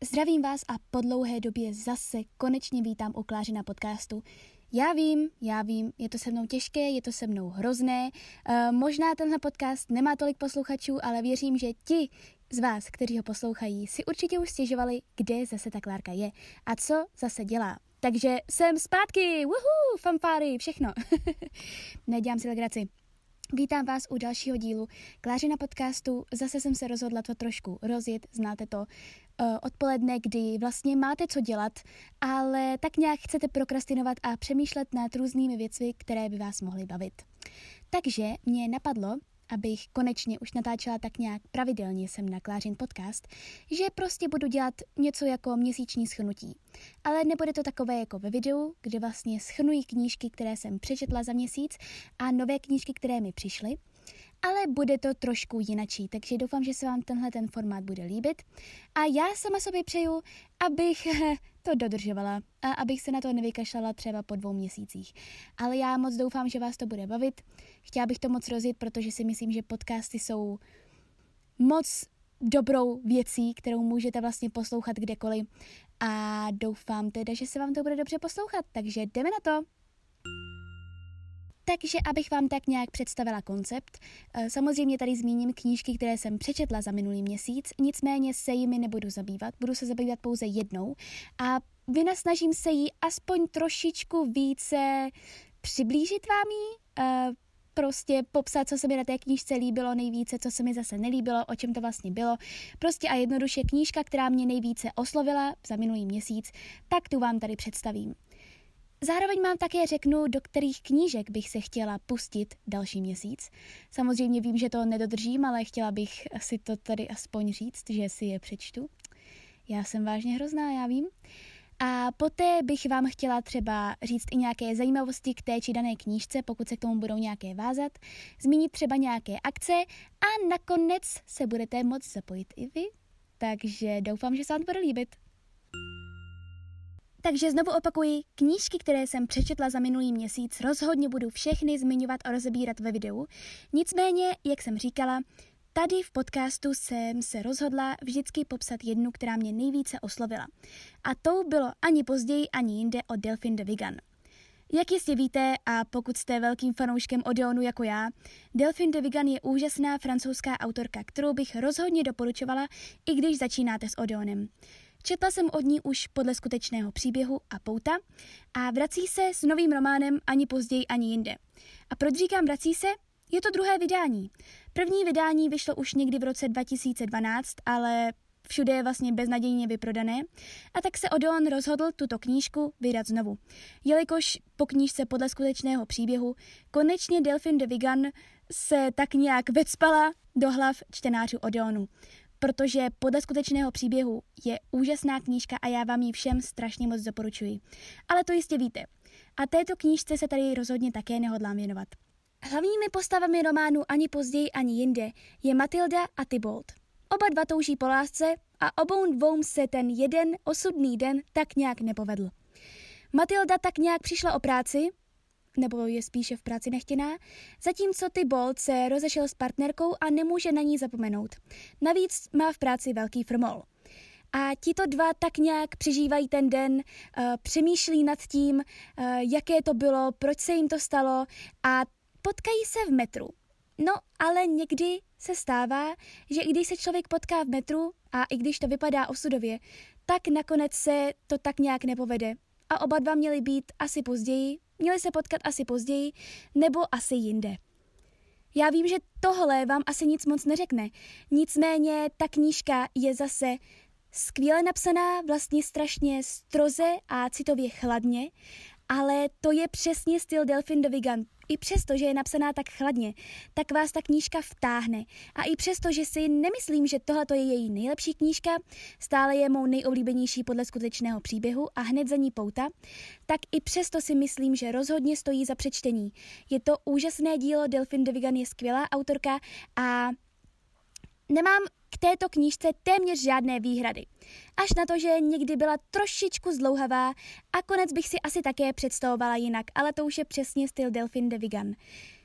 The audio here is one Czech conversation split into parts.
Zdravím vás a po dlouhé době zase konečně vítám u Klářina podcastu. Já vím, je to se mnou těžké, je to se mnou hrozné. Možná tenhle podcast nemá tolik posluchačů, ale věřím, že ti z vás, kteří ho poslouchají, si určitě už stěžovali, kde zase ta Klárka je a co zase dělá. Takže jsem zpátky, fanfáry, všechno. Nedělám si legraci. Vítám vás u dalšího dílu Klářina podcastu. Zase jsem se rozhodla to trošku rozjet, znáte to, odpoledne, kdy vlastně máte co dělat, ale tak nějak chcete prokrastinovat a přemýšlet nad různými věcmi, které by vás mohly bavit. Takže mě napadlo, abych konečně už natáčela tak nějak pravidelně sem na Klářin podcast, že prostě budu dělat něco jako měsíční shrnutí. Ale nebude to takové jako ve videu, kde vlastně shrnuji knížky, které jsem přečetla za měsíc a nové knížky, které mi přišly, ale bude to trošku jinačí, takže doufám, že se vám ten formát bude líbit. A já sama sobě přeju, abych to dodržovala a abych se na to nevykašlala třeba po 2 měsících. Ale já moc doufám, že vás to bude bavit. Chtěla bych to moc rozjet, protože si myslím, že podcasty jsou moc dobrou věcí, kterou můžete vlastně poslouchat kdekoliv. A doufám teda, že se vám to bude dobře poslouchat, takže jdeme na to. Takže abych vám tak nějak představila koncept, samozřejmě tady zmíním knížky, které jsem přečetla za minulý měsíc, nicméně se jimi nebudu zabývat, budu se zabývat pouze jednou a vynasnažím se jí aspoň trošičku více přiblížit vám ji, prostě popsat, co se mi na té knížce líbilo nejvíce, co se mi zase nelíbilo, o čem to vlastně bylo. Prostě a jednoduše knížka, která mě nejvíce oslovila za minulý měsíc, tak tu vám tady představím. Zároveň vám také řeknu, do kterých knížek bych se chtěla pustit další měsíc. Samozřejmě vím, že to nedodržím, ale chtěla bych si to tady aspoň říct, že si je přečtu. Já jsem vážně hrozná, já vím. A poté bych vám chtěla třeba říct i nějaké zajímavosti k té či dané knížce, pokud se k tomu budou nějaké vázat, zmínit třeba nějaké akce a nakonec se budete moct zapojit i vy. Takže doufám, že se vám to bude líbit. Takže znovu opakuji, knížky, které jsem přečetla za minulý měsíc, rozhodně budu všechny zmiňovat a rozebírat ve videu. Nicméně, jak jsem říkala, tady v podcastu jsem se rozhodla vždycky popsat jednu, která mě nejvíce oslovila. A tou bylo Ani později, ani jinde od Delphine de Vigan. Jak jistě víte, a pokud jste velkým fanouškem Odeonu jako já, Delphine de Vigan je úžasná francouzská autorka, kterou bych rozhodně doporučovala, i když začínáte s Odeonem. Četla jsem od ní už podle skutečného příběhu a pouta a vrací se s novým románem Ani později, ani jinde. A proč říkám vrací se? Je to druhé vydání. První vydání vyšlo už někdy v roce 2012, ale všude je vlastně beznadějně vyprodané, a tak se Odeon rozhodl tuto knížku vydat znovu. Jelikož po knížce podle skutečného příběhu konečně Delphine de Vigan se tak nějak vecpala do hlav čtenářů Odeonu. Protože podle skutečného příběhu je úžasná knížka a já vám ji všem strašně moc doporučuji. Ale to jistě víte. A této knížce se tady rozhodně také nehodlám věnovat. Hlavními postavami románu Ani později, ani jinde je Matilda a Tybalt. Oba dva touží po lásce a obou dvou se ten jeden osudný den tak nějak nepovedl. Matilda tak nějak přišla o práci, nebo je spíše v práci nechtěná, zatímco Tybalt se rozešel s partnerkou a nemůže na ní zapomenout. Navíc má v práci velký frmol. A tito dva tak nějak přežívají ten den, přemýšlí nad tím, jaké to bylo, proč se jim to stalo a potkají se v metru. No, ale někdy se stává, že i když se člověk potká v metru a i když to vypadá osudově, tak nakonec se to tak nějak nepovede. A oba dva měli se potkat asi později, nebo asi jinde. Já vím, že tohle vám asi nic moc neřekne, nicméně ta knížka je zase skvěle napsaná, vlastně strašně stroze a citově chladně, ale to je přesně styl Delphine de Vigan. I přesto, že je napsaná tak chladně, tak vás ta knížka vtáhne. A i přesto, že si nemyslím, že tohle je její nejlepší knížka, stále je mou nejoblíbenější podle skutečného příběhu a hned za ní pouta, tak i přesto si myslím, že rozhodně stojí za přečtení. Je to úžasné dílo, Delphine de Vigan je skvělá autorka a nemám k této knížce téměř žádné výhrady. Až na to, že někdy byla trošičku zdlouhavá a konec bych si asi také představovala jinak, ale to už je přesně styl Delphine de Vigan.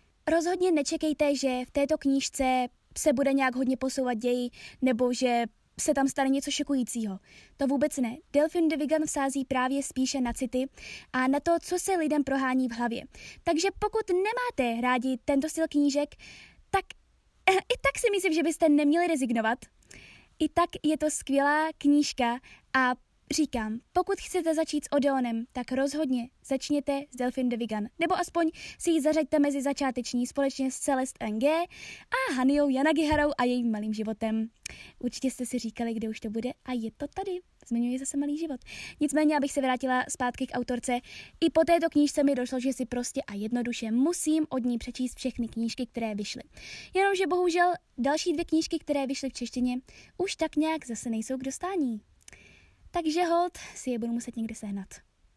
Rozhodně nečekejte, že v této knížce se bude nějak hodně posouvat děj, nebo že se tam stane něco šokujícího. To vůbec ne. Delphine de Vigan vsází právě spíše na city a na to, co se lidem prohání v hlavě. Takže pokud nemáte rádi tento styl knížek, tak i tak si myslím, že byste neměli rezignovat. I tak je to skvělá knížka a říkám, pokud chcete začít s Odeonem, tak rozhodně začněte s Delphine de Vigan, nebo aspoň si ji zařaďte mezi začáteční společně s Celeste Ng a Hanyou Yanagiharou a jejím malým životem. Určitě jste si říkali, kde už to bude a je to tady. Zmiňuji zase malý život. Nicméně, abych se vrátila zpátky k autorce, i po této knížce mi došlo, že si prostě a jednoduše musím od ní přečíst všechny knížky, které vyšly. Jenomže bohužel další 2 knížky, které vyšly v češtině, už tak nějak zase nejsou k dostání. Takže hold si je budu muset někde sehnat.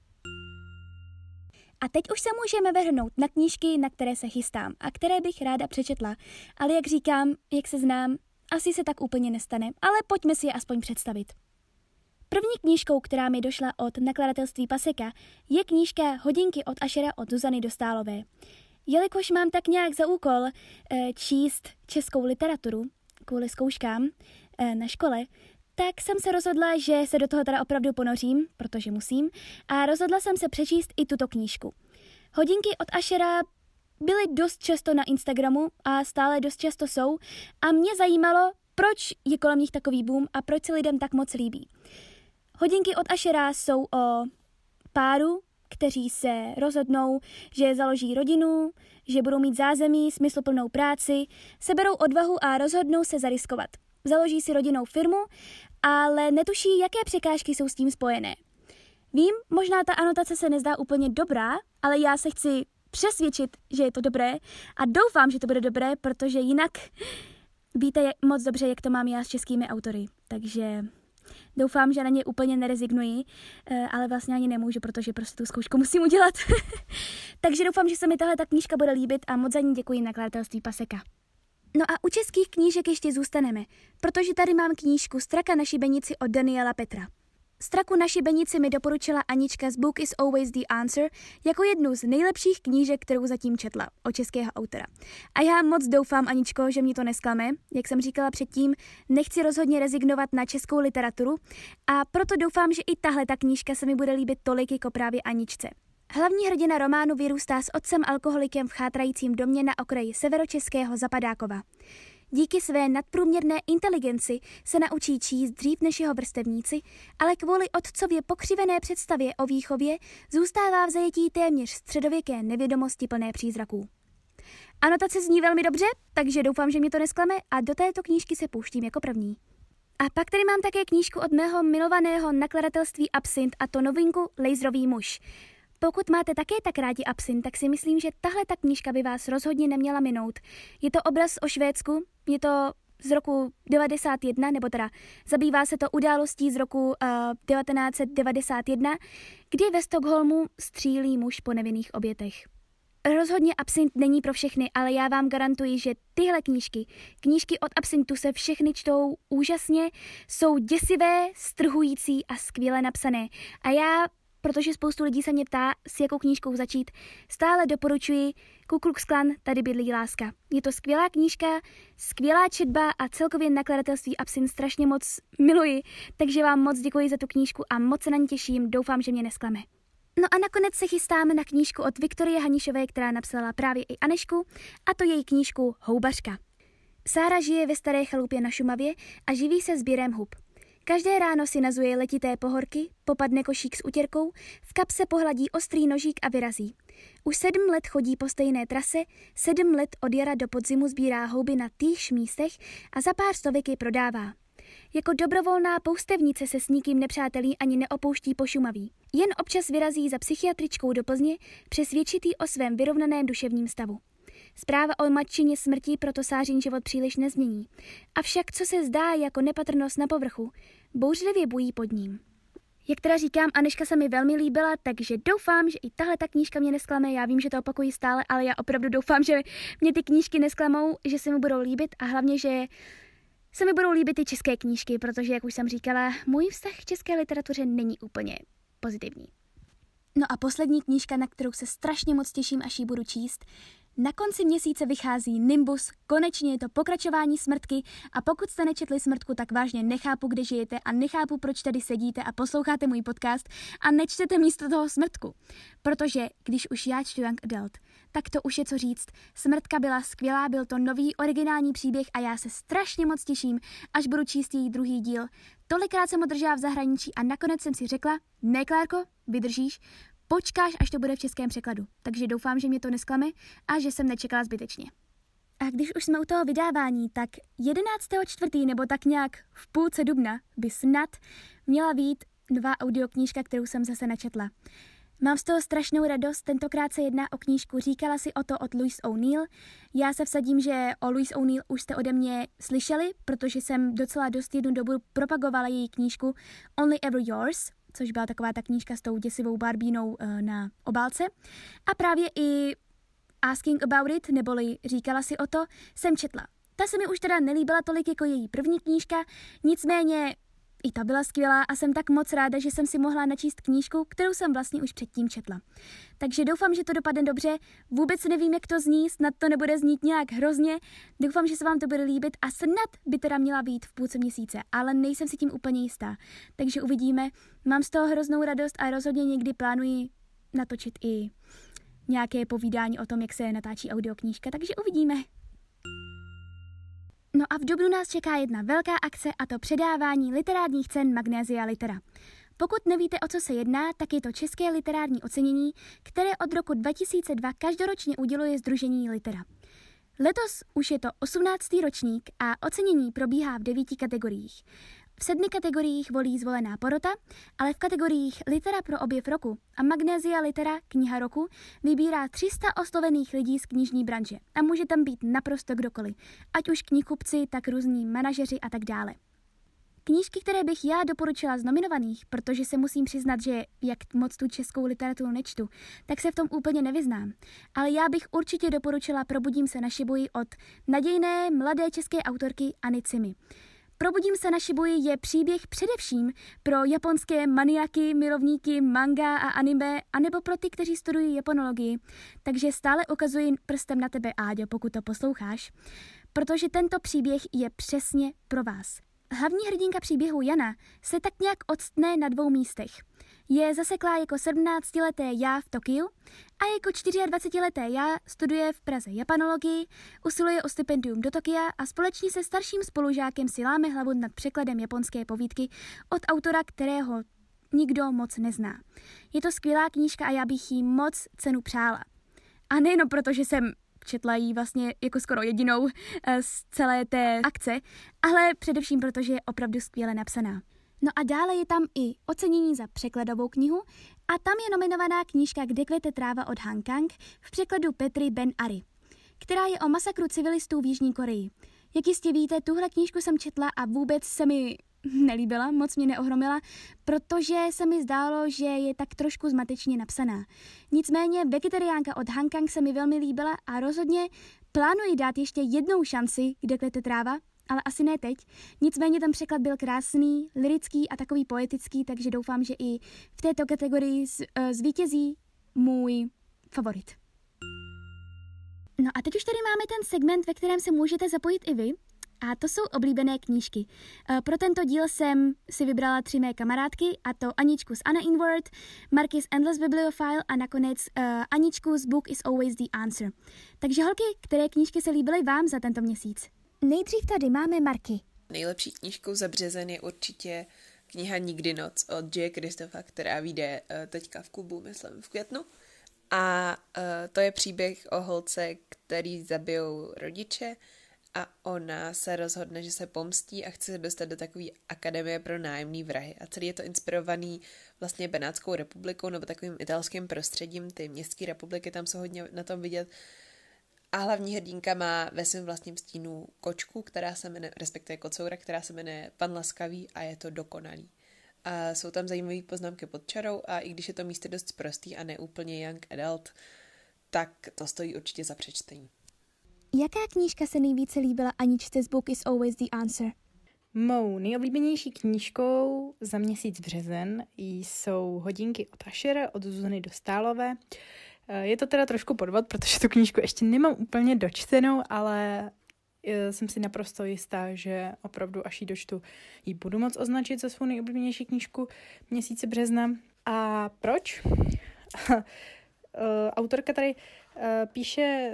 A teď už se můžeme vrhnout na knížky, na které se chystám a které bych ráda přečetla. Ale jak říkám, jak se znám, asi se tak úplně nestane, ale pojďme si je aspoň představit. První knížkou, která mi došla od nakladatelství Paseka, je knížka Hodinky od Ašera od Zuzany Dostálové. Jelikož mám tak nějak za úkol číst českou literaturu kvůli zkouškám na škole, tak jsem se rozhodla, že se do toho teda opravdu ponořím, protože musím, a rozhodla jsem se přečíst i tuto knížku. Hodinky od Ašera byly dost často na Instagramu a stále dost často jsou a mě zajímalo, proč je kolem nich takový boom a proč se lidem tak moc líbí. Hodinky od Ašera jsou o páru, kteří se rozhodnou, že založí rodinu, že budou mít zázemí, smysluplnou práci, seberou odvahu a rozhodnou se zariskovat. Založí si rodinnou firmu, ale netuší, jaké překážky jsou s tím spojené. Vím, možná ta anotace se nezdá úplně dobrá, ale já se chci přesvědčit, že je to dobré a doufám, že to bude dobré, protože jinak víte moc dobře, jak to mám já s českými autory. Takže doufám, že na ně úplně nerezignuji, ale vlastně ani nemůžu, protože prostě tu zkoušku musím udělat. Takže doufám, že se mi tahle ta knížka bude líbit a moc za ní děkuji nakladatelství Paseka. No a u českých knížek ještě zůstaneme, protože tady mám knížku Straka na šibenici od Daniela Petra. Straku na šibenici mi doporučila Anička z Book is Always the Answer jako jednu z nejlepších knížek, kterou zatím četla od českého autora. A já moc doufám, Aničko, že mě to nesklame. Jak jsem říkala předtím, nechci rozhodně rezignovat na českou literaturu a proto doufám, že i tahle ta knížka se mi bude líbit tolik jako právě Aničce. Hlavní hrdina románu vyrůstá s otcem alkoholikem v chátrajícím domě na okraji severočeského Zapadákova. Díky své nadprůměrné inteligenci se naučí číst dřív než jeho vrstevníci, ale kvůli otcově pokřivené představě o výchově zůstává v zajetí téměř středověké nevědomosti plné přízraků. Anotace zní velmi dobře, takže doufám, že mě to nesklame a do této knížky se pouštím jako první. A pak tady mám také knížku od mého milovaného nakladatelství Absint a to novinku Laserový muž. Pokud máte také tak rádi Absint, tak si myslím, že tahle ta knížka by vás rozhodně neměla minout. Je to obraz o Švédsku, je to z roku 91, nebo teda zabývá se to událostí z roku 1991, kdy ve Stockholmu střílí muž po nevinných obětech. Rozhodně Absint není pro všechny, ale já vám garantuji, že tyhle knížky od Absintu se všechny čtou úžasně, jsou děsivé, strhující a skvěle napsané. A já, protože spoustu lidí se mě ptá, s jakou knížkou začít, stále doporučuji Ku Klux Klan, tady bydlí láska. Je to skvělá knížka, skvělá četba a celkově nakladatelství Absint strašně moc miluji, takže vám moc děkuji za tu knížku a moc se na ní těším, doufám, že mě nesklame. No a nakonec se chystáme na knížku od Viktorie Hanišové, která napsala právě i Anešku, a to její knížku Houbařka. Sára žije ve staré chalupě na Šumavě a živí se sběrem hub. Každé ráno si nazuje letité pohorky, popadne košík s utěrkou, v kapse pohladí ostrý nožík a vyrazí. Už 7 let chodí po stejné trase, 7 let od jara do podzimu sbírá houby na týchž místech a za pár stovek je prodává. Jako dobrovolná poustevnice se s nikým nepřátelí ani neopouští po Šumaví. Jen občas vyrazí za psychiatričkou do Plzně přesvědčitý o svém vyrovnaném duševním stavu. Zpráva o matčině smrti proto Sářin život příliš nezmění. Avšak co se zdá jako nepatrnost na povrchu, bouřlivě bují pod ním. Jak teda říkám, Aneška se mi velmi líbila, takže doufám, že i tahle ta knížka mě nesklame. Já vím, že to opakuji stále, ale já opravdu doufám, že mě ty knížky nesklamou, že se mi budou líbit a hlavně, že se mi budou líbit i české knížky, protože, jak už jsem říkala, můj vztah k české literatuře není úplně pozitivní. No a poslední knížka, na kterou se strašně moc těším, až ji budu číst, Na konci měsíce vychází Nimbus, konečně je to pokračování Smrtky a pokud jste nečetli Smrtku, tak vážně nechápu, kde žijete a nechápu, proč tady sedíte a posloucháte můj podcast a nečtete místo toho Smrtku. Protože když už já čtu Young Adult, tak to už je co říct. Smrtka byla skvělá, byl to nový originální příběh a já se strašně moc těším, až budu číst její druhý díl. Tolikrát jsem ho držela v zahraničí a nakonec jsem si řekla, ne Klárko, vydržíš, počkáš, až to bude v českém překladu. Takže doufám, že mě to nesklame a že jsem nečekala zbytečně. A když už jsme u toho vydávání, tak 11.4. nebo tak nějak v půlce dubna by snad měla být nová audioknížka, kterou jsem zase načetla. Mám z toho strašnou radost, tentokrát se jedná o knížku Říkala si o to od Louise O'Neill. Já se vsadím, že o Louise O'Neill už jste ode mě slyšeli, protože jsem docela dost jednu dobu propagovala její knížku Only Ever Yours, což byla taková ta knížka s tou děsivou barbínou na obálce. A právě i Asking About It, neboli Říkala si o to, jsem četla. Ta se mi už teda nelíbila tolik jako její první knížka, nicméně i ta byla skvělá a jsem tak moc ráda, že jsem si mohla načíst knížku, kterou jsem vlastně už předtím četla. Takže doufám, že to dopadne dobře, vůbec nevím, jak to zní, snad to nebude znít nějak hrozně, doufám, že se vám to bude líbit a snad by teda měla být v půlce měsíce, ale nejsem si tím úplně jistá. Takže uvidíme, mám z toho hroznou radost a rozhodně někdy plánuji natočit i nějaké povídání o tom, jak se natáčí audioknížka, takže uvidíme. No a v dubnu nás čeká jedna velká akce a to předávání literárních cen Magnésia Litera. Pokud nevíte, o co se jedná, tak je to české literární ocenění, které od roku 2002 každoročně uděluje Sdružení Litera. Letos už je to 18. ročník a ocenění probíhá v 9 kategoriích. V 7 kategoriích volí zvolená porota, ale v kategoriích Litera pro objev roku a Magnésia Litera kniha roku vybírá 300 oslovených lidí z knižní branže a může tam být naprosto kdokoliv, ať už knihkupci, tak různí manažeři a tak dále. Knížky, které bych já doporučila z nominovaných, protože se musím přiznat, že jak moc tu českou literaturu nečtu, tak se v tom úplně nevyznám. Ale já bych určitě doporučila Probudím se na Šibuji od nadějné mladé české autorky Anny Cimi. Probudím se na Šibuji je příběh především pro japonské maniaky, milovníky manga a anime, anebo pro ty, kteří studují japonologii. Takže stále ukazuji prstem na tebe, Áďo, pokud to posloucháš, protože tento příběh je přesně pro vás. Hlavní hrdinka příběhu Jana se tak nějak octne na 2 místech. Je zaseklá jako 17leté já v Tokiu a jako 24leté já studuje v Praze japanologii, usiluje o stipendium do Tokia a společně se starším spolužákem si láme hlavu nad překladem japonské povídky od autora, kterého nikdo moc nezná. Je to skvělá knížka a já bych jí moc cenu přála. A nejenom proto, že jsem četla jí vlastně jako skoro jedinou z celé té akce, ale především proto, že je opravdu skvěle napsaná. No a dále je tam i ocenění za překladovou knihu a tam je nominovaná knížka Kde kvete tráva od Han Kang v překladu Petry Ben Ari, která je o masakru civilistů v Jižní Koreji. Jak jistě víte, tuhle knížku jsem četla a vůbec se mi nelíbila, moc mě neohromila, protože se mi zdálo, že je tak trošku zmatečně napsaná. Nicméně Vegetariánka od Han Kang se mi velmi líbila a rozhodně plánuji dát ještě jednou šanci Kde kvete tráva, ale asi ne teď. Nicméně ten překlad byl krásný, lyrický a takový poetický, takže doufám, že i v této kategorii zvítězí můj favorit. No a teď už tady máme ten segment, ve kterém se můžete zapojit i vy. A to jsou oblíbené knížky. Pro tento díl jsem si vybrala 3 mé kamarádky, a to Aničku z Anna Inward, Marky z Endless Bibliophile a nakonec Aničku z Book is Always the Answer. Takže holky, které knížky se líbily vám za tento měsíc? Nejdřív tady máme Marky. Nejlepší knížkou za březen je určitě kniha Nikdy noc od J. Kristofa, která vyjde teďka v Kubu, myslím, v květnu. A to je příběh o holce, který zabijou rodiče a ona se rozhodne, že se pomstí a chce se dostat do takové akademie pro nájemný vrahy. A celý je to inspirovaný vlastně Benátskou republikou nebo takovým italským prostředím. Ty městské republiky tam jsou hodně na tom vidět. A hlavní hrdinka má ve svém vlastním stínu kočku, která se jmenuje, respektive kocoura, která se jmenuje Pan Laskavý a je to dokonalý. A jsou tam zajímavé poznámky pod čarou a i když je to místo dost prostý a ne úplně young adult, tak to stojí určitě za přečtení. Jaká knížka se nejvíce líbila Aničce z Book is Always the Answer? Mou nejoblíbenější knížkou za měsíc březen jsou Hodinky od Ashera od Zuzany Dostálové. Je to teda trošku podvod, protože tu knížku ještě nemám úplně dočtenou, ale jsem si naprosto jistá, že opravdu, až ji dočtu, ji budu moc označit za svou nejoblíbenější knížku měsíce března. A proč? Autorka tady píše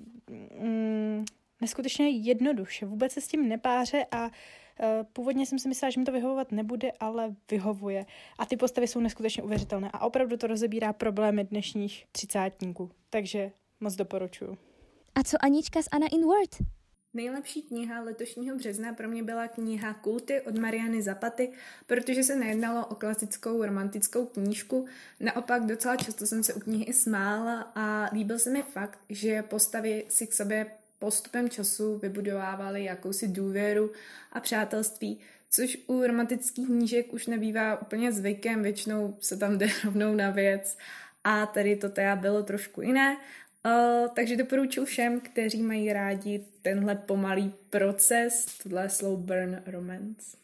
neskutečně jednoduše, vůbec se s tím nepáře a původně jsem si myslela, že mi to vyhovovat nebude, ale vyhovuje. A ty postavy jsou neskutečně uvěřitelné a opravdu to rozebírá problémy dnešních třicátníků. Takže moc doporučuju. A co Anička z Anna in Word? Nejlepší kniha letošního března pro mě byla kniha Kulty od Mariany Zapaty, protože se nejednalo o klasickou romantickou knížku. Naopak docela často jsem se u knihy i smála a líbil se mi fakt, že postavy si k sobě postupem času vybudovávaly jakousi důvěru a přátelství, což u romantických knížek už nebývá úplně zvykem, většinou se tam jde rovnou na věc a tady to teda bylo trošku jiné. Takže doporučuji všem, kteří mají rádi tenhle pomalý proces, tohle slow burn romance.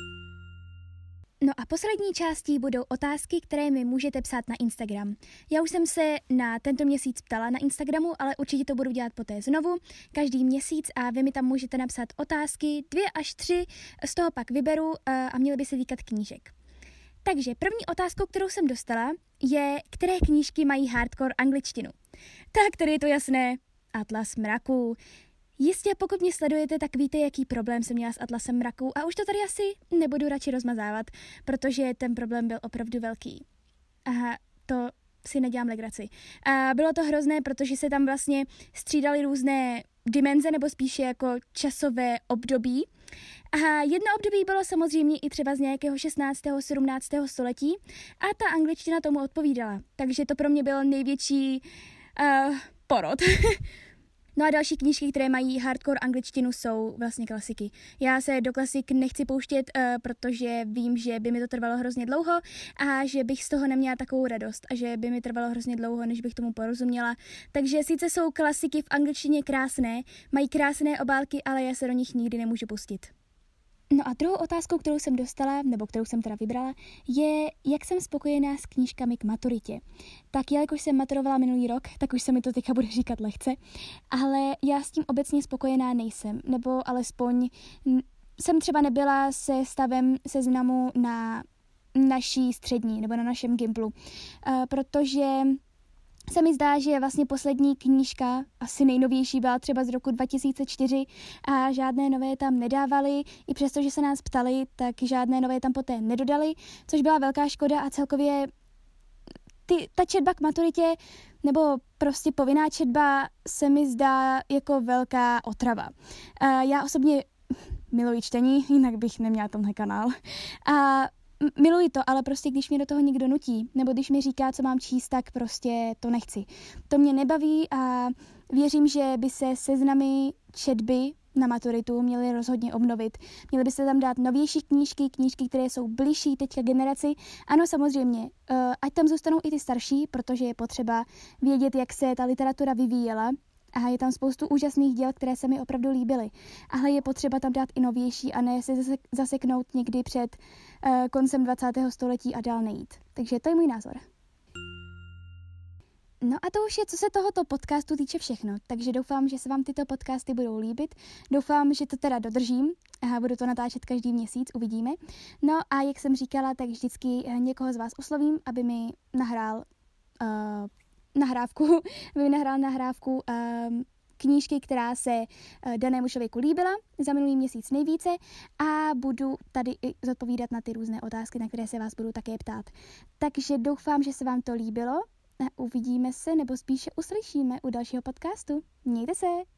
No a poslední částí budou otázky, které mi můžete psát na Instagram. Já už jsem se na tento měsíc ptala na Instagramu, ale určitě to budu dělat poté znovu, každý měsíc a vy mi tam můžete napsat otázky, 2 až 3, z toho pak vyberu a měly by se týkat knížek. Takže první otázkou, kterou jsem dostala, je, které knížky mají hardcore angličtinu. Tak, tady je to jasné. Atlas mraků. Jistě, pokud mě sledujete, tak víte, jaký problém jsem měla s Atlasem mraků a už to tady asi nebudu radši rozmazávat, protože ten problém byl opravdu velký. Aha, to si nedělám legraci. A bylo to hrozné, protože se tam vlastně střídaly různé dimenze, nebo spíše jako časové období. A jedno období bylo samozřejmě i třeba z nějakého 16. 17. století a ta angličtina tomu odpovídala. Takže to pro mě byl největší porod. No a další knížky, které mají hardcore angličtinu, jsou vlastně klasiky. Já se do klasik nechci pouštět, protože vím, že by mi to trvalo hrozně dlouho a že bych z toho neměla takovou radost a že by mi trvalo hrozně dlouho, než bych tomu porozuměla. Takže sice jsou klasiky v angličtině krásné, mají krásné obálky, ale já se do nich nikdy nemůžu pustit. No a druhou otázkou, kterou jsem dostala, nebo kterou jsem teda vybrala, je, jak jsem spokojená s knížkami k maturitě. Tak jelikož jsem maturovala minulý rok, tak už se mi to teďka bude říkat lehce, ale já s tím obecně spokojená nejsem, nebo alespoň jsem třeba nebyla se stavem seznamu na naší střední, nebo na našem Gimplu, protože se mi zdá, že vlastně poslední knížka, asi nejnovější, byla třeba z roku 2004 a žádné nové tam nedávali. I přesto, že se nás ptali, tak žádné nové tam poté nedodali, což byla velká škoda a celkově ta četba k maturitě nebo prostě povinná četba se mi zdá jako velká otrava. Já osobně miluji čtení, jinak bych neměla tenhle kanál. A miluji to, ale prostě když mě do toho někdo nutí, nebo když mi říká, co mám číst, tak prostě to nechci. To mě nebaví a věřím, že by se seznamy četby na maturitu měly rozhodně obnovit. Měly by se tam dát novější knížky, které jsou bližší teďka generaci. Ano, samozřejmě, ať tam zůstanou i ty starší, protože je potřeba vědět, jak se ta literatura vyvíjela. A je tam spoustu úžasných děl, které se mi opravdu líbily. Ale je potřeba tam dát i novější a ne se zaseknout někdy před koncem 20. století a dál nejít. Takže to je můj názor. No a to už je, co se tohoto podcastu týče všechno. Takže doufám, že se vám tyto podcasty budou líbit. Doufám, že to teda dodržím. Budu to natáčet každý měsíc, uvidíme. No a jak jsem říkala, tak vždycky někoho z vás oslovím, aby mi nahrál nahrávku knížky, která se danému člověku líbila za minulý měsíc nejvíce a budu tady i zodpovídat na ty různé otázky, na které se vás budu také ptát. Takže doufám, že se vám to líbilo. Uvidíme se, nebo spíše uslyšíme u dalšího podcastu. Mějte se!